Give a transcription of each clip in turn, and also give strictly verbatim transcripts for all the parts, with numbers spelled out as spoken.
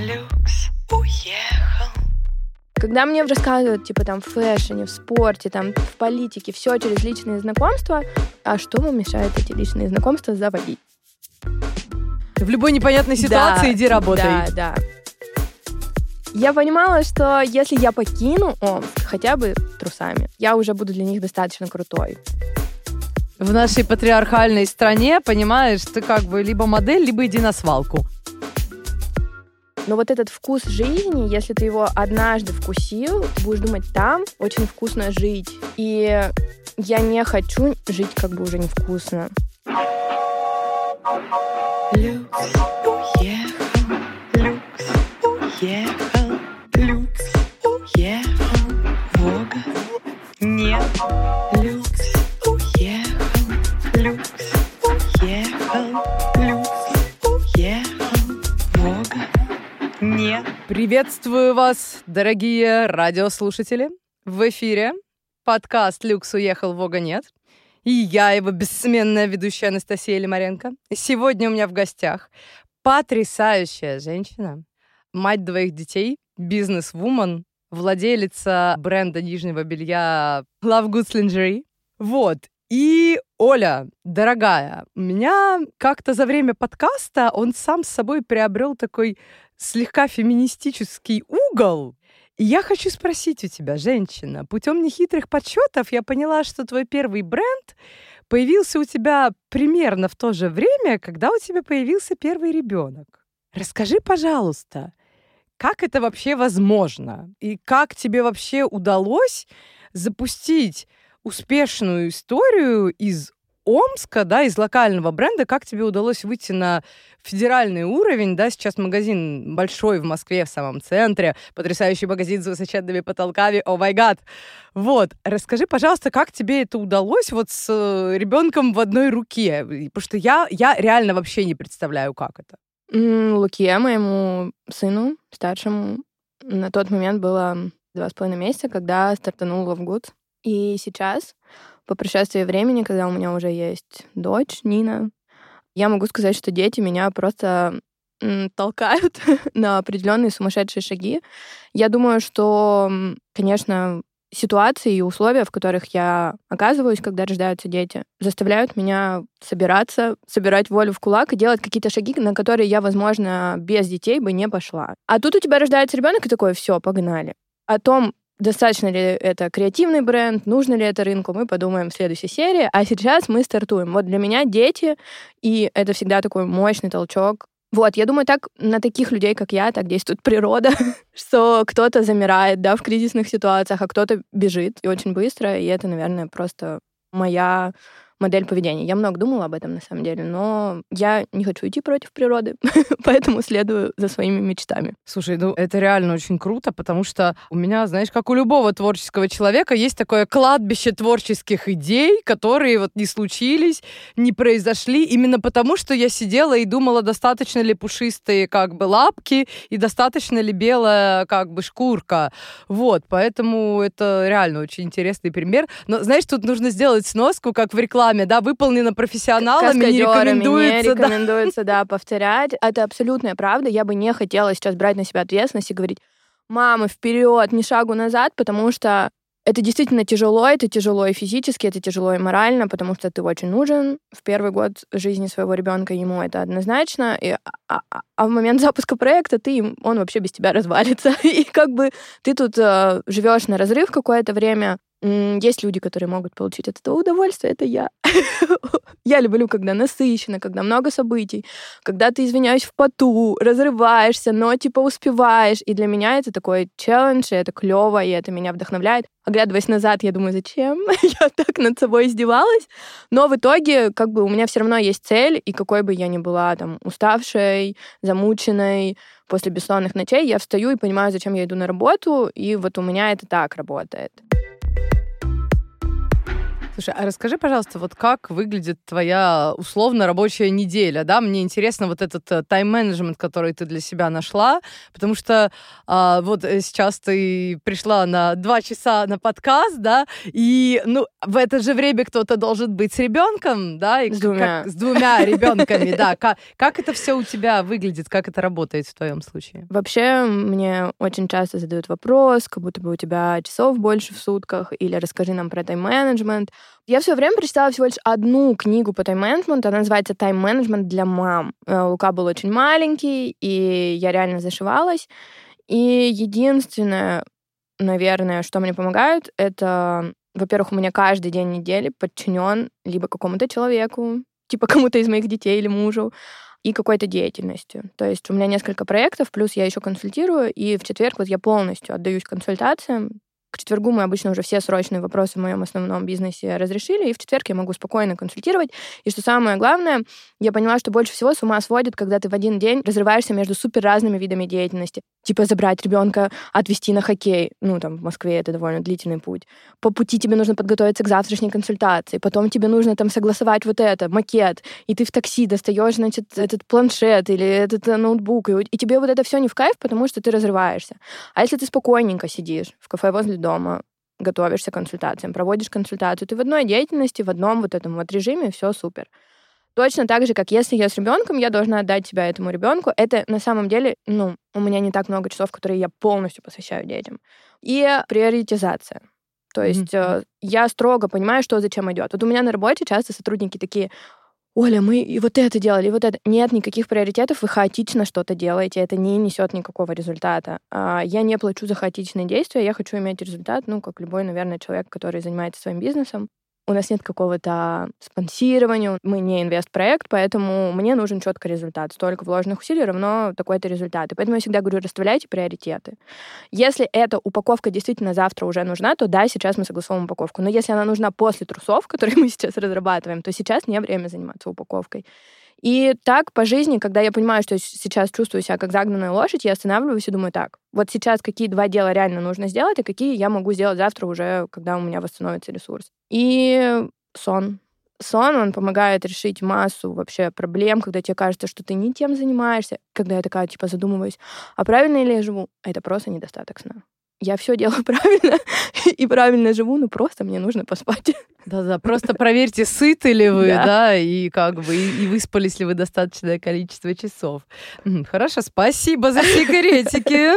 Люкс уехал. Когда мне рассказывают, типа, там, в фэшне, в спорте, там, в политике, все через личные знакомства, а что вам мешает эти личные знакомства заводить? В любой непонятной ситуации да, иди работай. Да, да. Я понимала, что если я покину Омск хотя бы трусами, я уже буду для них достаточно крутой. В нашей патриархальной стране, понимаешь, ты как бы либо модель, либо иди на свалку. Но вот этот вкус жизни, если ты его однажды вкусил, ты будешь думать, там очень вкусно жить. И я не хочу жить как бы уже невкусно. Люкс уехал, люкс уехал, люкс уехал, Вога нет. Люкс уехал, люкс уехал, люкс уехал, Вога нет. Приветствую вас, дорогие радиослушатели. В эфире подкаст «Люкс уехал, Вога нет». И я, его бессменная ведущая Анастасия Лимаренко. Сегодня у меня в гостях потрясающая женщина, мать двоих детей, бизнес-вумен, владелица бренда нижнего белья Love Goods Lingerie. Вот. И, Оля, дорогая, у меня как-то за время подкаста он сам с собой приобрел такой слегка феминистический угол. И я хочу спросить у тебя, женщина, путем нехитрых подсчетов я поняла, что твой первый бренд появился у тебя примерно в то же время, когда у тебя появился первый ребенок. Расскажи, пожалуйста, как это вообще возможно? И как тебе вообще удалось запустить успешную историю из Омска, да, из локального бренда, как тебе удалось выйти на федеральный уровень, да, сейчас магазин большой в Москве, в самом центре, потрясающий магазин с высоченными потолками, о май гад. Вот, расскажи, пожалуйста, как тебе это удалось вот с ребенком в одной руке, потому что я, я реально вообще не представляю, как это. Луке, моему сыну, старшему, на тот момент было два с половиной месяца, когда стартанул Love Goods. И сейчас, по прошествии времени, когда у меня уже есть дочь, Нина, я могу сказать, что дети меня просто м, толкают на определенные сумасшедшие шаги. Я думаю, что, конечно, ситуации и условия, в которых я оказываюсь, когда рождаются дети, заставляют меня собираться, собирать волю в кулак и делать какие-то шаги, на которые я, возможно, без детей бы не пошла. А тут у тебя рождается ребенок и такой, все, погнали. О том, достаточно ли это креативный бренд, нужно ли это рынку, мы подумаем в следующей серии. А сейчас мы стартуем. Вот для меня дети, и это всегда такой мощный толчок. Вот, я думаю, так на таких людей, как я, так действует природа, что кто-то замирает, да, в кризисных ситуациях, а кто-то бежит, и очень быстро, и это, наверное, просто моя модель поведения. Я много думала об этом, на самом деле, но я не хочу идти против природы, поэтому следую за своими мечтами. Слушай, ну это реально очень круто, потому что у меня, знаешь, как у любого творческого человека, есть такое кладбище творческих идей, которые вот не случились, не произошли, именно потому, что я сидела и думала, достаточно ли пушистые как бы лапки и достаточно ли белая как бы шкурка. Вот, поэтому это реально очень интересный пример. Но, знаешь, тут нужно сделать сноску, как в рекламе, да, выполнено профессионалами, не рекомендуется. Не рекомендуется, да, повторять. Это абсолютная правда. Я бы не хотела сейчас брать на себя ответственность и говорить, мама, вперед, ни шагу назад, потому что это действительно тяжело, это тяжело и физически, это тяжело и морально, потому что ты очень нужен в первый год жизни своего ребенка, ему это однозначно, и, а, а, а в момент запуска проекта ты, он вообще без тебя развалится. И как бы ты тут э, живешь на разрыв какое-то время. Есть люди, которые могут получить от этого удовольствие, это я. Я люблю, когда насыщенно, когда много событий, когда ты, извиняюсь, в поту, разрываешься, но типа успеваешь. И для меня это такой челлендж, и это клево, и это меня вдохновляет. Оглядываясь назад, я думаю, зачем я так над собой издевалась? Но в итоге, как бы, у меня все равно есть цель, и какой бы я ни была там уставшей, замученной, после бессонных ночей, я встаю и понимаю, зачем я иду на работу, и вот у меня это так работает. Слушай, а расскажи, пожалуйста, вот как выглядит твоя условно рабочая неделя, да? Мне интересно вот этот э, тайм-менеджмент, который ты для себя нашла, потому что а, вот сейчас ты пришла на два часа на подкаст, да, и, ну, в это же время кто-то должен быть с ребенком, да? И С двумя. Как, с двумя ребенками, да. Как, как это все у тебя выглядит, как это работает в твоем случае? Вообще, мне очень часто задают вопрос, как будто бы у тебя часов больше в сутках, или расскажи нам про тайм-менеджмент. Я все время прочитала всего лишь одну книгу по тайм-менеджменту, она называется «Тайм-менеджмент для мам». Лука был очень маленький, и я реально зашивалась. И единственное, наверное, что мне помогает, это, во-первых, у меня каждый день недели подчинен либо какому-то человеку, типа кому-то из моих детей или мужу, и какой-то деятельностью. То есть у меня несколько проектов, плюс я еще консультирую, и в четверг вот я полностью отдаюсь консультациям. К четвергу мы обычно уже все срочные вопросы в моем основном бизнесе разрешили, и в четверг я могу спокойно консультировать. И что самое главное, я поняла, что больше всего с ума сводит, когда ты в один день разрываешься между супер разными видами деятельности. Типа забрать ребенка, отвезти на хоккей. Ну, там, в Москве это довольно длительный путь. По пути тебе нужно подготовиться к завтрашней консультации. Потом тебе нужно там согласовать вот это, макет. И ты в такси достаешь, значит, этот планшет или этот ноутбук. И, и тебе вот это все не в кайф, потому что ты разрываешься. А если ты спокойненько сидишь в кафе возле дома, готовишься к консультациям, проводишь консультацию, ты в одной деятельности, в одном вот этом вот режиме, все супер. Точно так же, как если я с ребенком, я должна отдать себя этому ребенку. Это на самом деле, ну, у меня не так много часов, которые я полностью посвящаю детям. И приоритизация. То есть mm-hmm. я строго понимаю, что зачем идет. Вот у меня на работе часто сотрудники такие: Оля, мы и вот это делали, и вот это. Нет никаких приоритетов, вы хаотично что-то делаете, это не несет никакого результата. Я не плачу за хаотичные действия, я хочу иметь результат, ну, как любой, наверное, человек, который занимается своим бизнесом. У нас нет какого-то спонсирования, мы не инвест-проект, поэтому мне нужен четкий результат. Столько вложенных усилий равно такой-то результат. И поэтому я всегда говорю, расставляйте приоритеты. Если эта упаковка действительно завтра уже нужна, то да, сейчас мы согласовываем упаковку. Но если она нужна после трусов, которые мы сейчас разрабатываем, то сейчас не время заниматься упаковкой. И так по жизни, когда я понимаю, что я сейчас чувствую себя как загнанная лошадь, я останавливаюсь и думаю: так, вот сейчас какие два дела реально нужно сделать, а какие я могу сделать завтра уже, когда у меня восстановится ресурс. И сон. Сон, он помогает решить массу вообще проблем, когда тебе кажется, что ты не тем занимаешься, когда я такая, типа, задумываюсь, а правильно ли я живу? Это просто недостаток сна. Я все делаю правильно и правильно живу, но просто мне нужно поспать. Да-да, просто проверьте, сыты ли вы, да, да и как бы, и, и выспались ли вы достаточное количество часов. Хорошо, спасибо за сигаретики.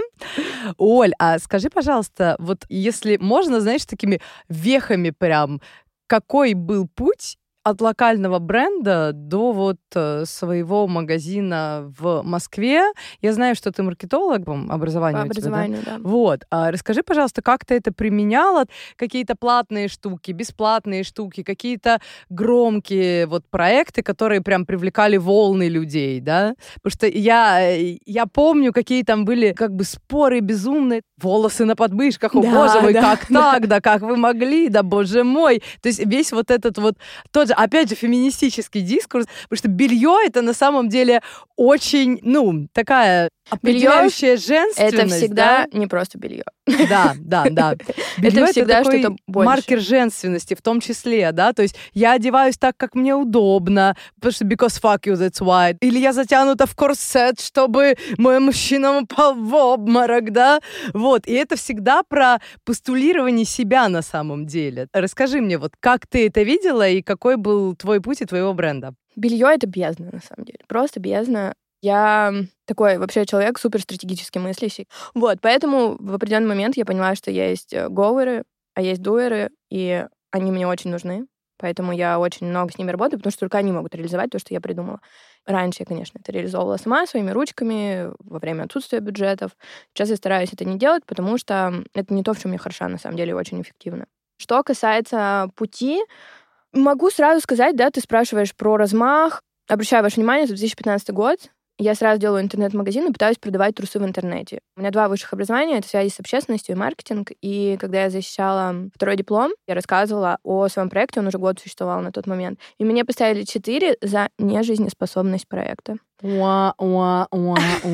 Оль, а скажи, пожалуйста, вот если можно, знаешь, такими вехами прям, какой был путь от локального бренда до вот своего магазина в Москве? Я знаю, что ты маркетолог по образованию. По образованию, тебя, да? да. Вот. А расскажи, пожалуйста, как ты это применяла? Какие-то платные штуки, бесплатные штуки, какие-то громкие вот проекты, которые прям привлекали волны людей, да? Потому что я, я помню, какие там были как бы споры безумные. Волосы на подмышках, о, да, боже мой, да, как да. так, да как вы могли, да боже мой. То есть весь вот этот вот тот же, опять же, феминистический дискурс, потому что белье это на самом деле очень, ну, такая определяющая женственность. Это всегда да? не просто белье. Да, да, да. Белье это всегда это что-то больше. Маркер женственности в том числе, да, то есть я одеваюсь так, как мне удобно, потому что because fuck you, that's why. Или я затянута в корсет, чтобы мой мужчина упал в обморок, да, вот. И это всегда про постулирование себя на самом деле. Расскажи мне, вот как ты это видела и какой был твой путь и твоего бренда? Белье — это бездна, на самом деле. Просто бездна. Я такой вообще человек суперстратегически мыслящий. Вот, поэтому в определенный момент я поняла, что есть говеры, а есть дуэры, и они мне очень нужны. Поэтому я очень много с ними работаю, потому что только они могут реализовать то, что я придумала. Раньше я, конечно, это реализовывала сама, своими ручками, во время отсутствия бюджетов. Сейчас я стараюсь это не делать, потому что это не то, в чем я хороша, на самом деле, очень эффективно. Что касается пути, могу сразу сказать, да, ты спрашиваешь про размах. Обращаю ваше внимание, это две тысячи пятнадцатый год, я сразу делаю интернет-магазин и пытаюсь продавать трусы в интернете. У меня два высших образования — это связи с общественностью и маркетинг. И когда я защищала второй диплом, я рассказывала о своем проекте, он уже год существовал на тот момент. И мне поставили четыре за нежизнеспособность проекта. Уа, уа, уа,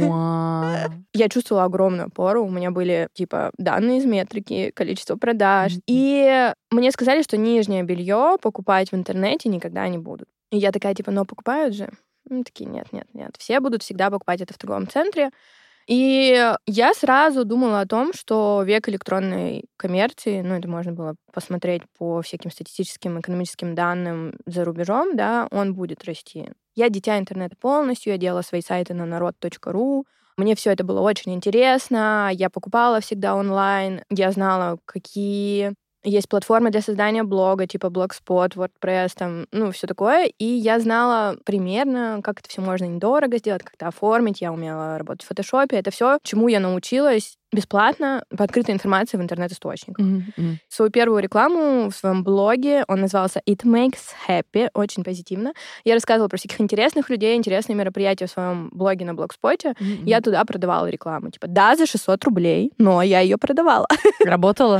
уа. Я чувствовала огромную опору. У меня были, типа, данные из метрики, количество продаж. Mm-hmm. И мне сказали, что нижнее белье покупать в интернете никогда не будут. И я такая, типа, но покупают же. Ну, такие, нет, нет, нет. Все будут всегда покупать это в торговом центре. И я сразу думала о том, что век электронной коммерции, ну, это можно было посмотреть по всяким статистическим, экономическим данным за рубежом, да, он будет расти. Я дитя интернета полностью, я делала свои сайты на народ точка ру. Мне все это было очень интересно. Я покупала всегда онлайн. Я знала, какие есть платформы для создания блога, типа Blogspot, WordPress, там, ну, все такое. И я знала примерно, как это все можно недорого сделать, как это оформить. Я умела работать в фотошопе. Это все, чему я научилась бесплатно по открытой информации в интернет-источниках. Mm-hmm. Свою первую рекламу в своем блоге, он назывался It Makes Happy, очень позитивно. Я рассказывала про всяких интересных людей, интересные мероприятия в своем блоге на Блогспоте. Mm-hmm. Я туда продавала рекламу. Типа, да, за шестьсот рублей, но я ее продавала. Работала?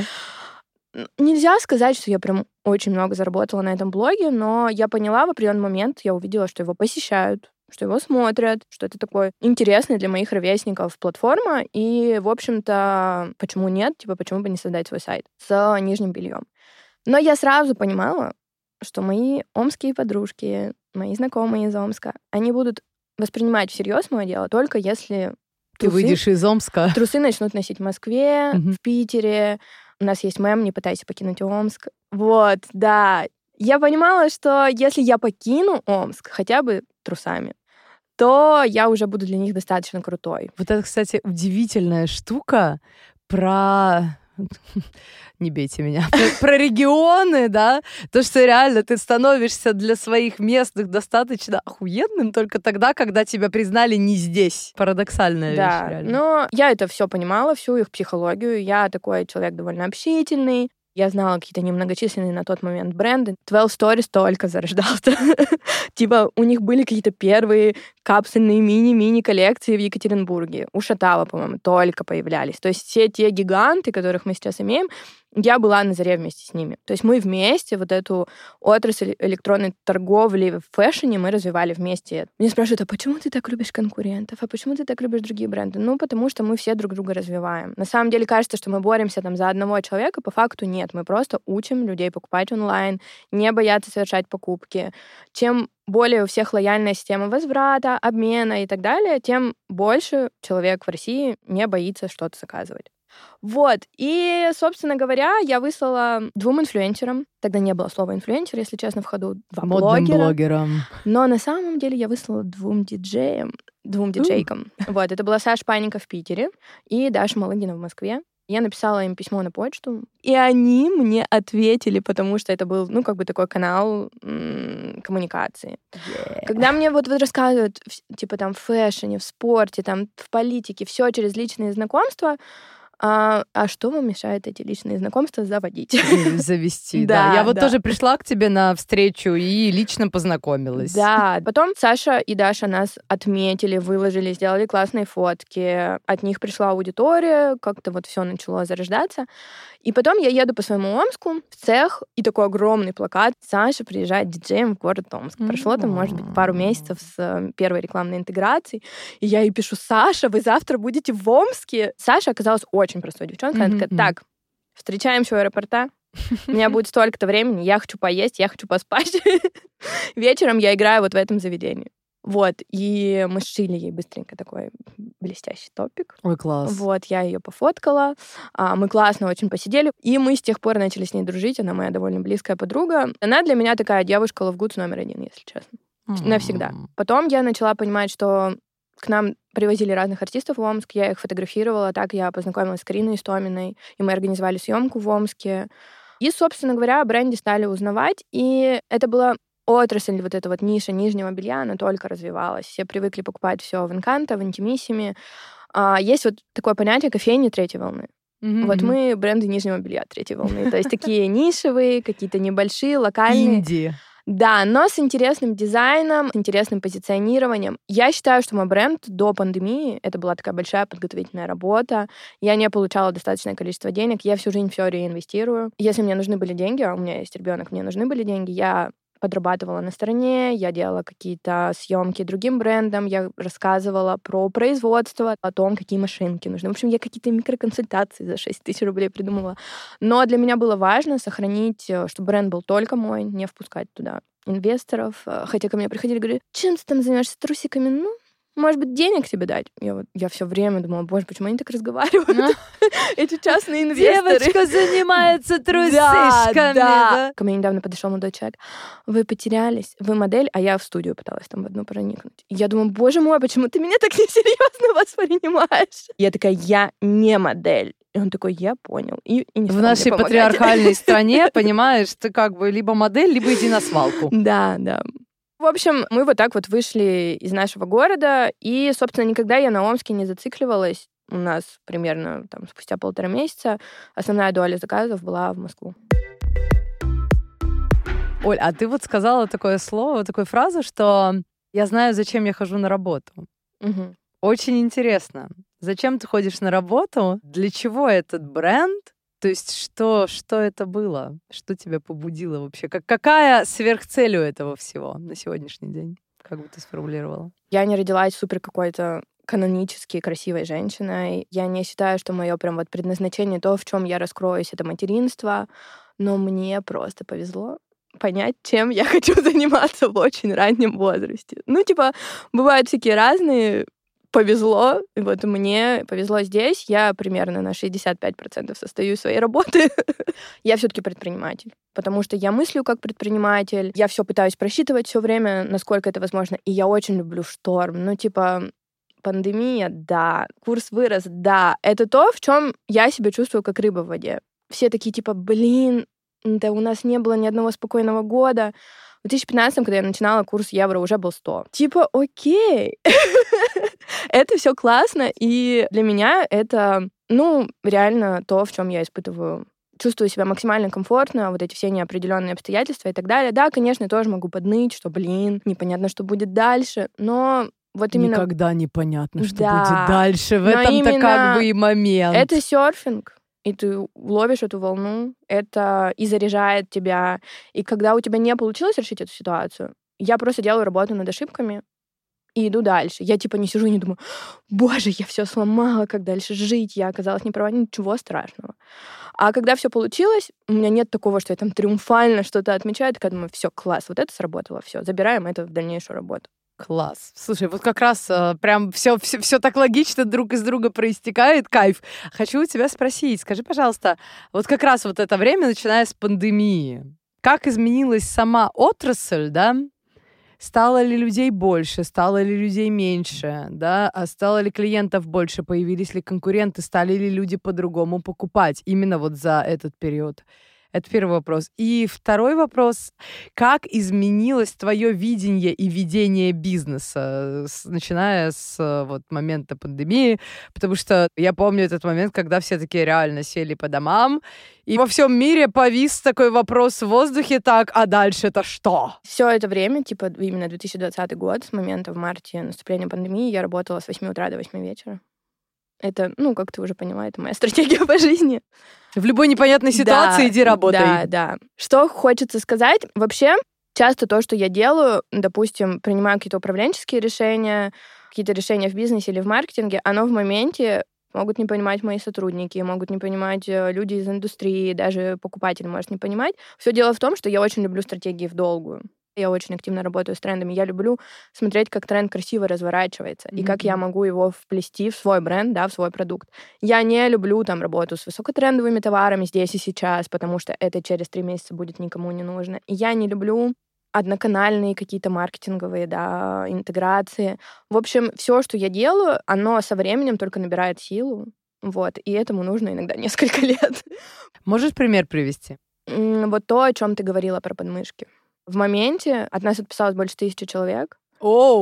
Нельзя сказать, что я прям очень много заработала на этом блоге, но я поняла в определенный момент, я увидела, что его посещают, что его смотрят, что это такой интересный для моих ровесников платформа, и, в общем-то, почему нет? Типа, почему бы не создать свой сайт с нижним бельем? Но я сразу понимала, что мои омские подружки, мои знакомые из Омска, они будут воспринимать всерьез мое дело только если ты трусы, выйдешь из Омска. Трусы начнут носить в Москве, угу. в Питере. У нас есть мем «Не пытайся покинуть Омск». Вот, да. Я понимала, что если я покину Омск хотя бы трусами, то я уже буду для них достаточно крутой. Вот это, кстати, удивительная штука про... Не бейте меня. Про, про регионы, да? То, что реально ты становишься для своих местных достаточно охуенным только тогда, когда тебя признали не здесь. Парадоксальная да, вещь, реально. Но я это все понимала, всю их психологию. Я такой человек довольно общительный. Я знала какие-то немногочисленные на тот момент бренды. twelve Stories только зарождался. Типа у них были какие-то первые капсульные мини-мини коллекции в Екатеринбурге. У Шатава, по-моему, только появлялись. То есть все те гиганты, которых мы сейчас имеем, я была на заре вместе с ними. То есть мы вместе вот эту отрасль электронной торговли в фэшне мы развивали вместе. Меня спрашивают, а почему ты так любишь конкурентов? А почему ты так любишь другие бренды? Ну, потому что мы все друг друга развиваем. На самом деле кажется, что мы боремся там за одного человека, по факту нет. Мы просто учим людей покупать онлайн, не бояться совершать покупки. Чем более у всех лояльная система возврата, обмена и так далее, тем больше человек в России не боится что-то заказывать. Вот. И, собственно говоря, я выслала двум инфлюенсерам. Тогда не было слова инфлюенсер, если честно, в ходу. Два модным блогера. блогерам. Но на самом деле я выслала двум диджеям, двум диджейкам. Uh. Вот. Это была Саша Паника в Питере и Даша Малыгина в Москве. Я написала им письмо на почту, и они мне ответили, потому что это был, ну, как бы такой канал м- коммуникации. Yeah. Когда мне вот, вот рассказывают, типа, там, в фэшне, в спорте, там, в политике, все через личные знакомства, А, а что вам мешает эти личные знакомства заводить? Завести, да. Я вот тоже пришла к тебе на встречу и лично познакомилась. Да. Потом Саша и Даша нас отметили, выложили, сделали классные фотки. От них пришла аудитория, как-то вот все начало зарождаться. И потом я еду по своему Омску в цех, и такой огромный плакат. Саша приезжает диджеем в город Омск. Прошло там, может быть, пару месяцев с первой рекламной интеграцией. И я ей пишу: Саша, вы завтра будете в Омске? Саша оказалась очень простой девчонкой. Она такая: так, встречаемся у аэропорта. У меня будет столько-то времени, я хочу поесть, я хочу поспать. Вечером я играю вот в этом заведении. Вот, и мы сшили ей быстренько такой блестящий топик. Ой, класс. Вот, я ее пофоткала, мы классно очень посидели, и мы с тех пор начали с ней дружить, она моя довольно близкая подруга. Она для меня такая девушка Love Goods номер один, если честно. Mm-hmm. Навсегда. Потом я начала понимать, что к нам привозили разных артистов в Омск, я их фотографировала, так я познакомилась с Кариной Истоминой, и мы организовали съемку в Омске. И, собственно говоря, о бренде стали узнавать, и это была отрасль, вот эта вот ниша нижнего белья, она только развивалась. Все привыкли покупать все в Энканто, в Интимиссиме. А, есть вот такое понятие кофейни третьей волны. Mm-hmm. Вот мы бренды нижнего белья третьей волны. То есть такие нишевые, какие-то небольшие, локальные. Инди. Да, но с интересным дизайном, с интересным позиционированием. Я считаю, что мой бренд до пандемии, это была такая большая подготовительная работа. Я не получала достаточное количество денег, я всю жизнь все реинвестирую. Если мне нужны были деньги, а у меня есть ребенок, мне нужны были деньги, я подрабатывала на стороне, я делала какие-то съемки другим брендам, я рассказывала про производство, о том, какие машинки нужны. В общем, я какие-то микроконсультации за шесть тысяч рублей придумала. Но для меня было важно сохранить, чтобы бренд был только мой, не впускать туда инвесторов. Хотя ко мне приходили и говорили, чем ты там занимаешься, трусиками? Ну, может быть, денег тебе дать? Я, вот, я все время думала, боже, почему они так разговаривают? Эти частные инвесторы. Девочка занимается трусишками. Да. Ко мне недавно подошел молодой человек. Вы потерялись, вы модель, а я в студию пыталась там в одну проникнуть. Я думаю, боже мой, почему ты меня так несерьезно воспринимаешь? Я такая, я не модель. И он такой, я понял. И, и не в нашей патриархальной стране, понимаешь, ты как бы либо модель, либо иди на свалку. Да, да. В общем, мы вот так вот вышли из нашего города, и, собственно, никогда я на Омске не зацикливалась. У нас примерно там, спустя полтора месяца основная доля заказов была в Москву. Оль, а ты вот сказала такое слово, такую фразу, что я знаю, зачем я хожу на работу. Угу. Очень интересно. Зачем ты ходишь на работу? Для чего этот бренд? То есть что, что это было? Что тебя побудило вообще? Как, какая сверхцель у этого всего на сегодняшний день? Как бы ты сформулировала? Я не родилась супер какой-то канонически красивой женщиной. Я не считаю, что мое прям вот предназначение, то, в чем я раскроюсь, это материнство. Но мне просто повезло понять, чем я хочу заниматься в очень раннем возрасте. Ну, типа, бывают всякие разные. Повезло, и вот мне повезло здесь. Я примерно на шестьдесят пять процентов состою из своей работы. Я все-таки предприниматель, потому что я мыслю как предприниматель, я все пытаюсь просчитывать все время, насколько это возможно, и я очень люблю шторм. Ну, типа, пандемия, да, курс вырос, да. Это то, в чем я себя чувствую как рыба в воде. Все такие, типа, блин, да у нас не было ни одного спокойного года. В две тысячи пятнадцатом, когда я начинала, курс евро уже был сто. Типа, окей. Это все классно, и для меня это, ну, реально то, в чем я испытываю, чувствую себя максимально комфортно, вот эти все неопределенные обстоятельства и так далее. Да, конечно, я тоже могу подныть, что, блин, непонятно, что будет дальше, но вот именно... Никогда непонятно, что да, будет дальше. В этом-то как бы и момент. Это серфинг. И ты ловишь эту волну, это и заряжает тебя. И когда у тебя не получилось решить эту ситуацию, я просто делаю работу над ошибками и иду дальше. Я типа не сижу и не думаю, боже, я все сломала, как дальше жить, я оказалась не права, ничего страшного. А когда все получилось, у меня нет такого, что я там триумфально что-то отмечаю, я такая думаю, все, класс, вот это сработало, все, забираем это в дальнейшую работу. Класс. Слушай, вот как раз э, прям все, все, все так логично друг из друга проистекает, кайф. Хочу у тебя спросить, скажи, пожалуйста, вот как раз вот это время, начиная с пандемии, как изменилась сама отрасль, да? Стало ли людей больше, стало ли людей меньше, да? А стало ли клиентов больше, появились ли конкуренты, стали ли люди по-другому покупать именно вот за этот период? Это первый вопрос. И второй вопрос. Как изменилось твое видение и ведение бизнеса, с, начиная с вот, момента пандемии? Потому что я помню этот момент, когда все такие реально сели по домам, и во всем мире повис такой вопрос в воздухе, так, а дальше-то что? Все это время, типа именно две тысячи двадцатый год, с момента в марте наступления пандемии, я работала с восьми утра до восьми вечера. Это, ну, как ты уже поняла, это моя стратегия по жизни. В любой непонятной ситуации да, иди работай. Да, да. Что хочется сказать? Вообще, часто то, что я делаю, допустим, принимаю какие-то управленческие решения, какие-то решения в бизнесе или в маркетинге, оно в моменте могут не понимать мои сотрудники, могут не понимать люди из индустрии, даже покупатель может не понимать. Все дело в том, что я очень люблю стратегии в долгую. Я очень активно работаю с трендами. Я люблю смотреть, как тренд красиво разворачивается, mm-hmm. и как я могу его вплести в свой бренд, да, в свой продукт. Я не люблю там работу с высокотрендовыми товарами здесь и сейчас, потому что это через три месяца будет никому не нужно. И я не люблю одноканальные какие-то маркетинговые, да, интеграции. В общем, все, что я делаю, оно со временем только набирает силу. Вот, и этому нужно иногда несколько лет. Можешь пример привести? Вот то, о чем ты говорила про подмышки. В моменте от нас отписалось больше тысячи человек. Оу!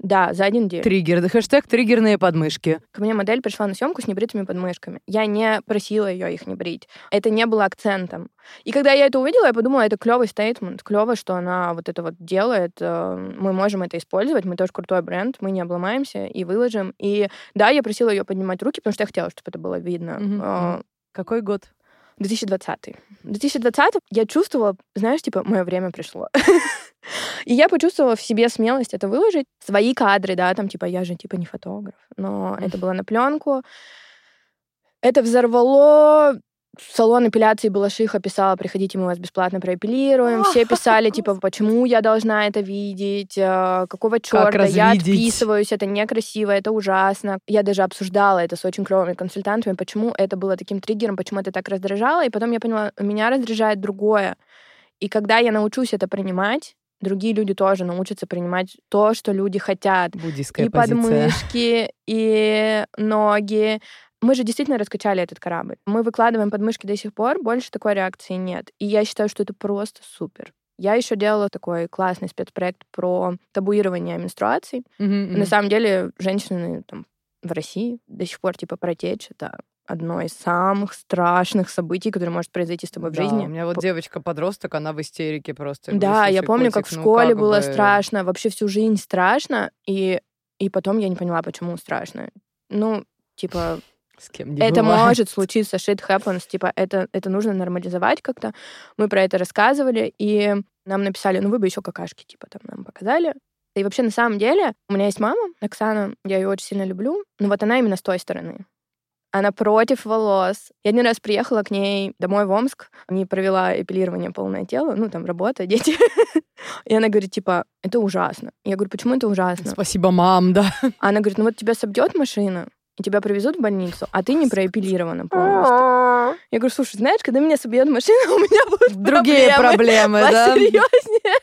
Да, за один день. Триггер. Хэштег триггерные подмышки. Ко мне модель пришла на съемку с небритыми подмышками. Я не просила ее их не брить. Это не было акцентом. И когда я это увидела, я подумала, это клевый стейтмент. Клево, что она вот это вот делает. Мы можем это использовать. Мы тоже крутой бренд. Мы не обломаемся и выложим. И да, я просила ее поднимать руки, потому что я хотела, чтобы это было видно. Mm-hmm. Какой год? две тысячи двадцатый. В две тысячи двадцатом я чувствовала, знаешь, типа, мое время пришло. И я почувствовала в себе смелость это выложить. Свои кадры, да, там, типа, я же, типа, не фотограф. Но это было на пленку. Это взорвало... Салон эпиляции Балашиха писала, приходите, мы вас бесплатно проэпилируем. Все писали, типа, почему я должна это видеть, какого черта, я отписываюсь, это некрасиво, это ужасно. Я даже обсуждала это с очень клевыми консультантами, почему это было таким триггером, почему это так раздражало. И потом я поняла, меня раздражает другое. И когда я научусь это принимать, другие люди тоже научатся принимать то, что люди хотят. Буддийская и позиция. Подмышки, и ноги. Мы же действительно раскачали этот корабль. Мы выкладываем подмышки до сих пор, больше такой реакции нет. И я считаю, что это просто супер. Я еще делала такой классный спецпроект про табуирование менструаций. Mm-hmm, mm-hmm. На самом деле женщины там, в России до сих пор типа протечь — это одно из самых страшных событий, которое может произойти с тобой да, в жизни. У меня вот девочка-подросток, она в истерике просто. Я да, говорю, я помню, котик, как в ну, школе как было бы... страшно, вообще всю жизнь страшно, и, и потом я не поняла, почему страшно. Ну, типа... С кем не это бывает. может случиться, shit happens, типа, это, это нужно нормализовать как-то. Мы про это рассказывали, и нам написали, ну, вы бы еще какашки, типа, там, нам показали. И вообще, на самом деле, у меня есть мама, Оксана, я ее очень сильно люблю, но вот она именно с той стороны. Она против волос. Я один раз приехала к ней домой в Омск, не провела эпилирование полное тело, ну, там, работа, дети. И она говорит, типа, это ужасно. Я говорю, почему это ужасно? Спасибо, мам, да. Она говорит, ну, вот тебя собьет машина, и тебя привезут в больницу, а ты не проэпилирована полностью. Я говорю, слушай, знаешь, когда меня собьет машина, у меня будут другие проблемы, да? Посерьезнее.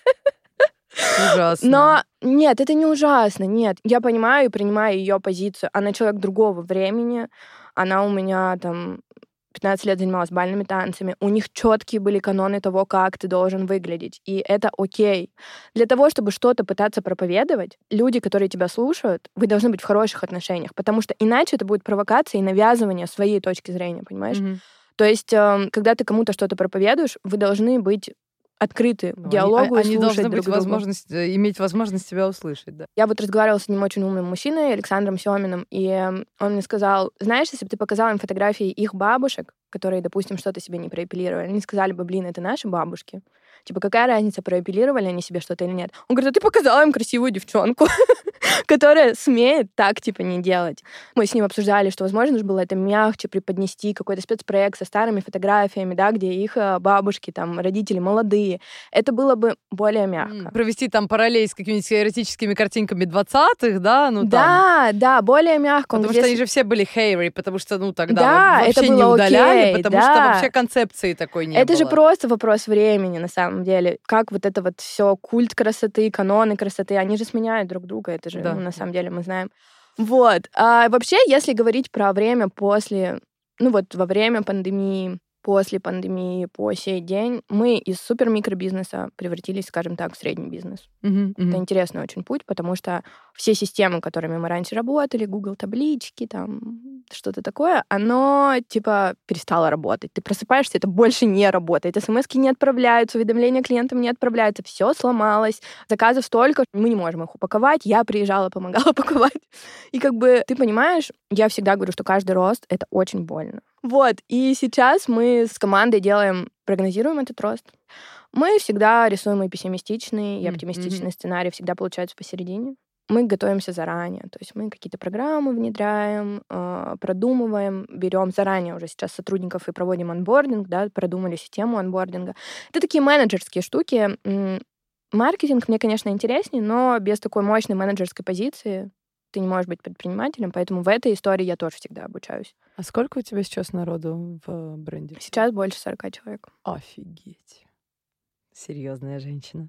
Ужасно. Но нет, это не ужасно, нет. Я понимаю и принимаю ее позицию. Она человек другого времени. Она у меня там пятнадцать лет занималась бальными танцами. У них четкие были каноны того, как ты должен выглядеть. И это окей. Для того, чтобы что-то пытаться проповедовать, люди, которые тебя слушают, вы должны быть в хороших отношениях, потому что иначе это будет провокация и навязывание своей точки зрения, понимаешь? Mm-hmm. То есть, когда ты кому-то что-то проповедуешь, вы должны быть открыты к диалогу они, и они слушать должны друг быть друга. Возможность, иметь возможность тебя услышать, да. Я вот разговаривала с одним очень умным мужчиной, Александром Семиным, и он мне сказал, знаешь, если бы ты показала им фотографии их бабушек, которые, допустим, что-то себе не проэпилировали, они сказали бы, блин, это наши бабушки. Типа, какая разница, проэпилировали они себе что-то или нет? Он говорит, а ты показала им красивую девчонку, которая смеет так, типа, не делать. Мы с ним обсуждали, что, возможно, нужно было это мягче преподнести, какой-то спецпроект со старыми фотографиями, да, где их бабушки, там, родители молодые. Это было бы более мягко. Провести там параллель с какими-нибудь эротическими картинками двадцатых, да? Ну, да, там... да, более мягко. Потому что они же все были hairy, потому что, ну, тогда да, вообще это было не удаляли, окей, потому да. что вообще концепции такой не это было. Это же просто вопрос времени, на самом деле. Как вот это вот все культ красоты, каноны красоты, они же сменяют друг друга, это же, да. ну, на самом деле, мы знаем. Вот. А вообще, если говорить про время после, ну вот во время пандемии, после пандемии, по сей день, мы из супер-микробизнеса превратились, скажем так, в средний бизнес. Uh-huh, uh-huh. Это интересный очень путь, потому что все системы, которыми мы раньше работали, Google таблички, там что-то такое, оно типа перестало работать. Ты просыпаешься, это больше не работает. СМСки не отправляются, уведомления клиентам не отправляются, все сломалось, заказов столько, мы не можем их упаковать. Я приезжала, помогала паковать. И как бы ты понимаешь, я всегда говорю, что каждый рост — это очень больно. Вот, и сейчас мы с командой делаем, прогнозируем этот рост. Мы всегда рисуем и пессимистичный, и оптимистичный mm-hmm. сценарий, всегда получается посередине. Мы готовимся заранее, то есть мы какие-то программы внедряем, продумываем, берем заранее уже сейчас сотрудников и проводим онбординг, да, продумали систему онбординга. Это такие менеджерские штуки. Маркетинг мне, конечно, интереснее, но без такой мощной менеджерской позиции ты не можешь быть предпринимателем, поэтому в этой истории я тоже всегда обучаюсь. А сколько у тебя сейчас народу в бренде? Сейчас больше сорока человек. Офигеть. Серьезная женщина.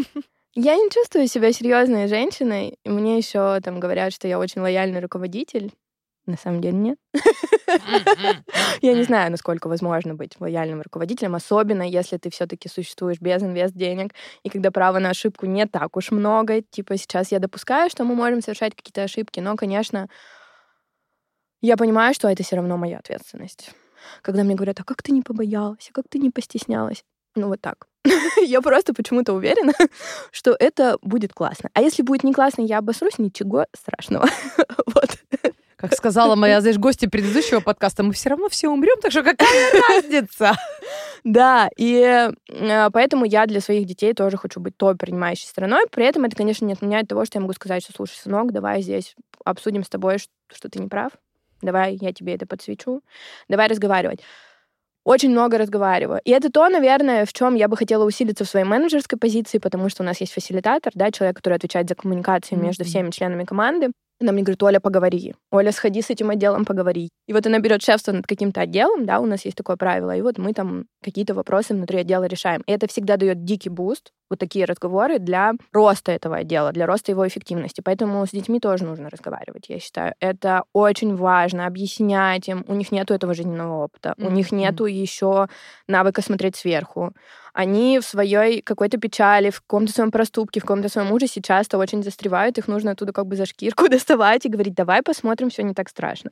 Я не чувствую себя серьезной женщиной. Мне еще там говорят, что я очень лояльный руководитель. На самом деле нет. Я не знаю, насколько возможно быть лояльным руководителем, особенно если ты все-таки существуешь без инвест-денег, и когда права на ошибку не так уж много. Типа сейчас я допускаю, что мы можем совершать какие-то ошибки, но, конечно, я понимаю, что это все равно моя ответственность. Когда мне говорят, а как ты не побоялась, а как ты не постеснялась? Ну вот так. Я просто почему-то уверена, что это будет классно. А если будет не классно, я обосрусь, ничего страшного. Вот. Как сказала моя, знаешь, гостья предыдущего подкаста, мы все равно все умрем, так что какая разница? Да, и э, поэтому я для своих детей тоже хочу быть той принимающей стороной. При этом это, конечно, не отменяет того, что я могу сказать, что, слушай, сынок, давай здесь обсудим с тобой, что, что ты не прав. Давай я тебе это подсвечу. Давай разговаривать. Очень много разговариваю. И это то, наверное, в чем я бы хотела усилиться в своей менеджерской позиции, потому что у нас есть фасилитатор, да, человек, который отвечает за коммуникацию mm-hmm. между всеми членами команды. Она мне говорит, Оля, поговори. Оля, сходи с этим отделом, поговори. И вот она берет шефство над каким-то отделом, да, у нас есть такое правило, и вот мы там какие-то вопросы внутри отдела решаем. И это всегда дает дикий буст, вот такие разговоры, для роста этого отдела, для роста его эффективности. Поэтому с детьми тоже нужно разговаривать, я считаю. Это очень важно, объяснять им. У них нету этого жизненного опыта, mm-hmm. у них нету еще навыка смотреть сверху. Они в своей какой-то печали, в каком-то своем проступке, в каком-то своем ужасе часто очень застревают, их нужно оттуда как бы за шкирку доставать и говорить, давай посмотрим, все не так страшно.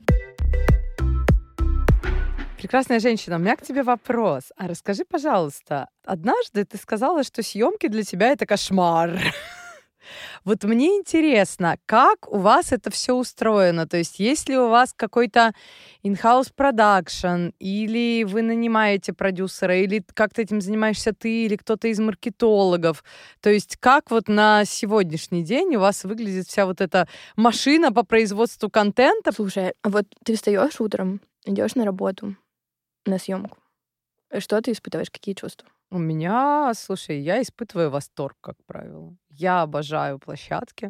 Прекрасная женщина, у меня к тебе вопрос. А расскажи, пожалуйста, однажды ты сказала, что съемки для тебя — это кошмар. Вот мне интересно, как у вас это все устроено? То есть есть ли у вас какой-то in-house продакшн, или вы нанимаете продюсера, или как-то этим занимаешься ты, или кто-то из маркетологов? То есть как вот на сегодняшний день у вас выглядит вся вот эта машина по производству контента? Слушай, а вот ты встаешь утром, идешь на работу, на съемку. Что ты испытываешь? Какие чувства? У меня, слушай, я испытываю восторг, как правило. Я обожаю площадки.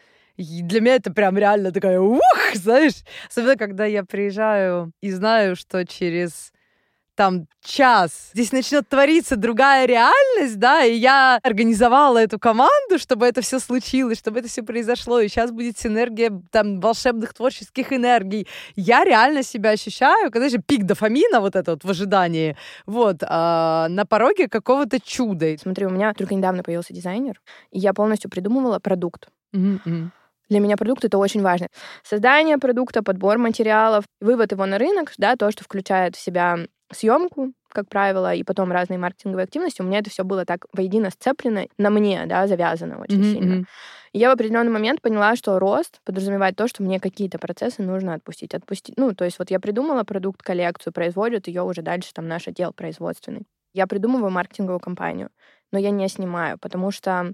И для меня это прям реально такая ух, знаешь. Особенно, когда я приезжаю и знаю, что через там час здесь начнет твориться другая реальность, да, и я организовала эту команду, чтобы это все случилось, чтобы это все произошло, и сейчас будет синергия там волшебных творческих энергий. Я реально себя ощущаю, когда же пик дофамина вот это вот в ожидании, вот, а, на пороге какого-то чуда. Смотри, у меня только недавно появился дизайнер, и я полностью придумывала продукт. Mm-hmm. Для меня продукт — это очень важно. Создание продукта, подбор материалов, вывод его на рынок, да, то, что включает в себя съемку, как правило, и потом разные маркетинговые активности. У меня это все было так воедино сцеплено, на мне, да, завязано очень mm-hmm. сильно. И я в определенный момент поняла, что рост подразумевает то, что мне какие-то процессы нужно отпустить. Отпустить. Ну, то есть вот я придумала продукт-коллекцию, производит ее уже дальше там наш отдел производственный. Я придумываю маркетинговую кампанию, но я не снимаю, потому что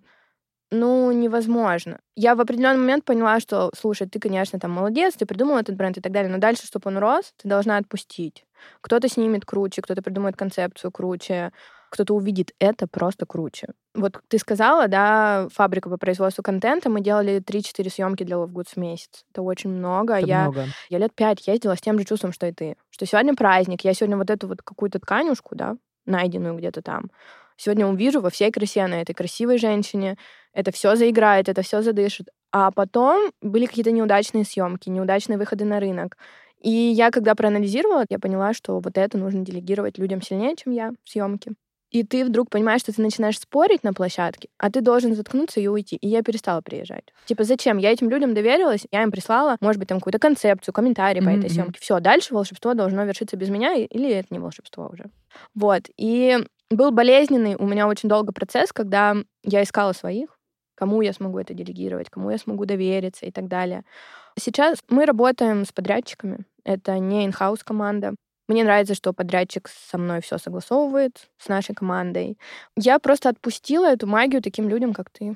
ну, невозможно. Я в определенный момент поняла, что, слушай, ты, конечно, там молодец, ты придумал этот бренд и так далее, но дальше, чтобы он рос, ты должна отпустить. Кто-то снимет круче, кто-то придумает концепцию круче, кто-то увидит это просто круче. Вот ты сказала, да, фабрика по производству контента, мы делали три-четыре съемки для Love Goods в месяц. Это очень много. Это я, много. Я лет пять ездила с тем же чувством, что и ты. Что сегодня праздник, я сегодня вот эту вот какую-то тканюшку, да, найденную где-то там, сегодня увижу во всей красе на этой красивой женщине, это все заиграет, это все задышит. А потом были какие-то неудачные съемки, неудачные выходы на рынок. И я, когда проанализировала, я поняла, что вот это нужно делегировать людям сильнее, чем я в съемке. И ты вдруг понимаешь, что ты начинаешь спорить на площадке, а ты должен заткнуться и уйти. И я перестала приезжать. Типа, зачем? Я этим людям доверилась, я им прислала, может быть, там какую-то концепцию, комментарий mm-hmm. по этой съемке. Все, дальше волшебство должно вершиться без меня, или это не волшебство уже. Вот. И был болезненный у меня очень долго процесс, когда я искала своих, кому я смогу это делегировать, кому я смогу довериться и так далее. Сейчас мы работаем с подрядчиками. Это не in-house команда. Мне нравится, что подрядчик со мной все согласовывает, с нашей командой. Я просто отпустила эту магию таким людям, как ты.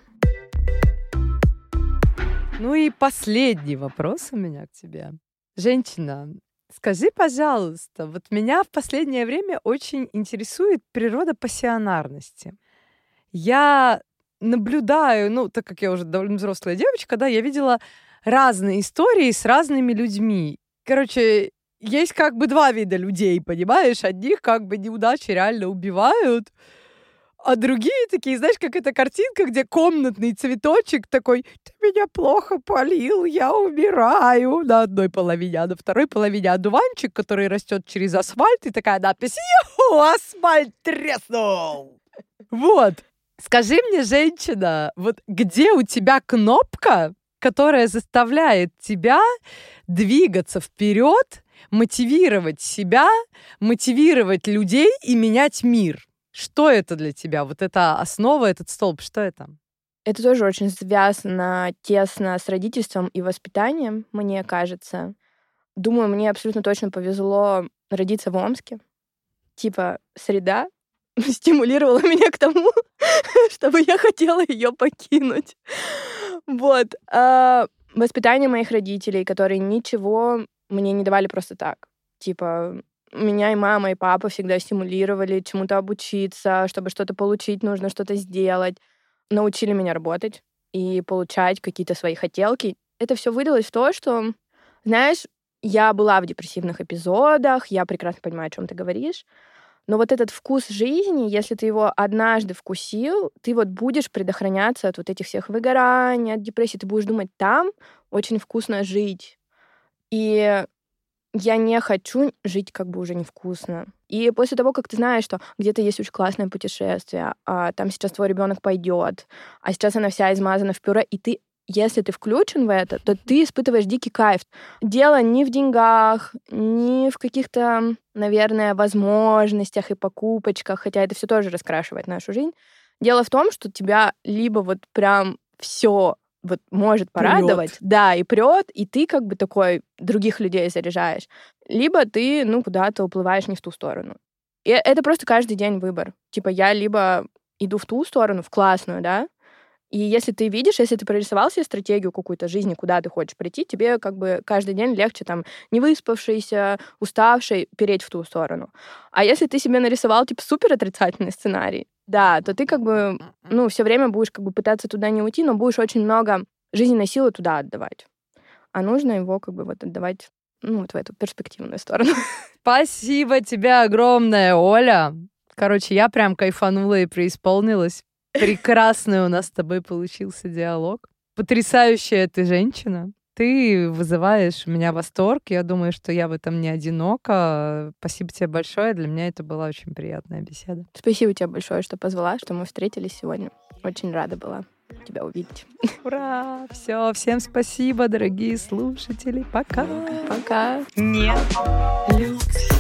Ну и последний вопрос у меня к тебе. Женщина, скажи, пожалуйста, вот меня в последнее время очень интересует природа пассионарности. Я наблюдаю, ну, так как я уже довольно взрослая девочка, да, я видела разные истории с разными людьми. Короче, есть как бы два вида людей, понимаешь? Одних как бы неудачи реально убивают, А другие такие, знаешь, как эта картинка, где комнатный цветочек такой: ты меня плохо полил, я умираю. На одной половине, а на второй половине одуванчик, который растет через асфальт, и такая надпись: «Ю, асфальт треснул». Вот. Скажи мне, женщина, вот где у тебя кнопка, которая заставляет тебя двигаться вперед, мотивировать себя, мотивировать людей и менять мир? Что это для тебя? Вот эта основа, этот столб, что это? Это тоже очень связано тесно с родительством и воспитанием, мне кажется. Думаю, мне абсолютно точно повезло родиться в Омске. Типа, среда стимулировала меня к тому, чтобы я хотела ее покинуть. Вот. А воспитание моих родителей, которые ничего мне не давали просто так. Типа, меня и мама, и папа всегда стимулировали чему-то обучиться, чтобы что-то получить, нужно что-то сделать. Научили меня работать и получать какие-то свои хотелки. Это все вылилось в то, что, знаешь, я была в депрессивных эпизодах, я прекрасно понимаю, о чем ты говоришь, но вот этот вкус жизни, если ты его однажды вкусил, ты вот будешь предохраняться от вот этих всех выгораний, от депрессии, ты будешь думать, там очень вкусно жить. И я не хочу жить как бы уже невкусно. И после того, как ты знаешь, что где-то есть очень классное путешествие, а там сейчас твой ребенок пойдет, а сейчас она вся измазана в пюре, и ты, если ты включен в это, то ты испытываешь дикий кайф. Дело не в деньгах, не в каких-то, наверное, возможностях и покупочках, хотя это все тоже раскрашивает нашу жизнь. Дело в том, что тебя либо вот прям все вот может порадовать, прёт. Да, и прет, и ты как бы такой других людей заряжаешь. Либо ты, ну, куда-то уплываешь не в ту сторону. И это просто каждый день выбор. Типа я либо иду в ту сторону, в классную, да, и если ты видишь, если ты прорисовал себе стратегию какую-то жизни, куда ты хочешь прийти, тебе как бы каждый день легче там не выспавшийся, уставший переть в ту сторону. А если ты себе нарисовал типа супер отрицательный сценарий, да, то ты как бы, ну, все время будешь как бы пытаться туда не уйти, но будешь очень много жизненной силы туда отдавать. А нужно его как бы вот отдавать, ну, вот в эту перспективную сторону. Спасибо тебе огромное, Оля. Короче, я прям кайфанула и преисполнилась. Прекрасный у нас с тобой получился диалог. Потрясающая ты женщина. Ты вызываешь у меня восторг. Я думаю, что я в этом не одинока. Спасибо тебе большое. Для меня это была очень приятная беседа. Спасибо тебе большое, что позвала, что мы встретились сегодня. Очень рада была тебя увидеть. Ура! Все, всем спасибо, дорогие слушатели. Пока. Пока. Нет. Люкс.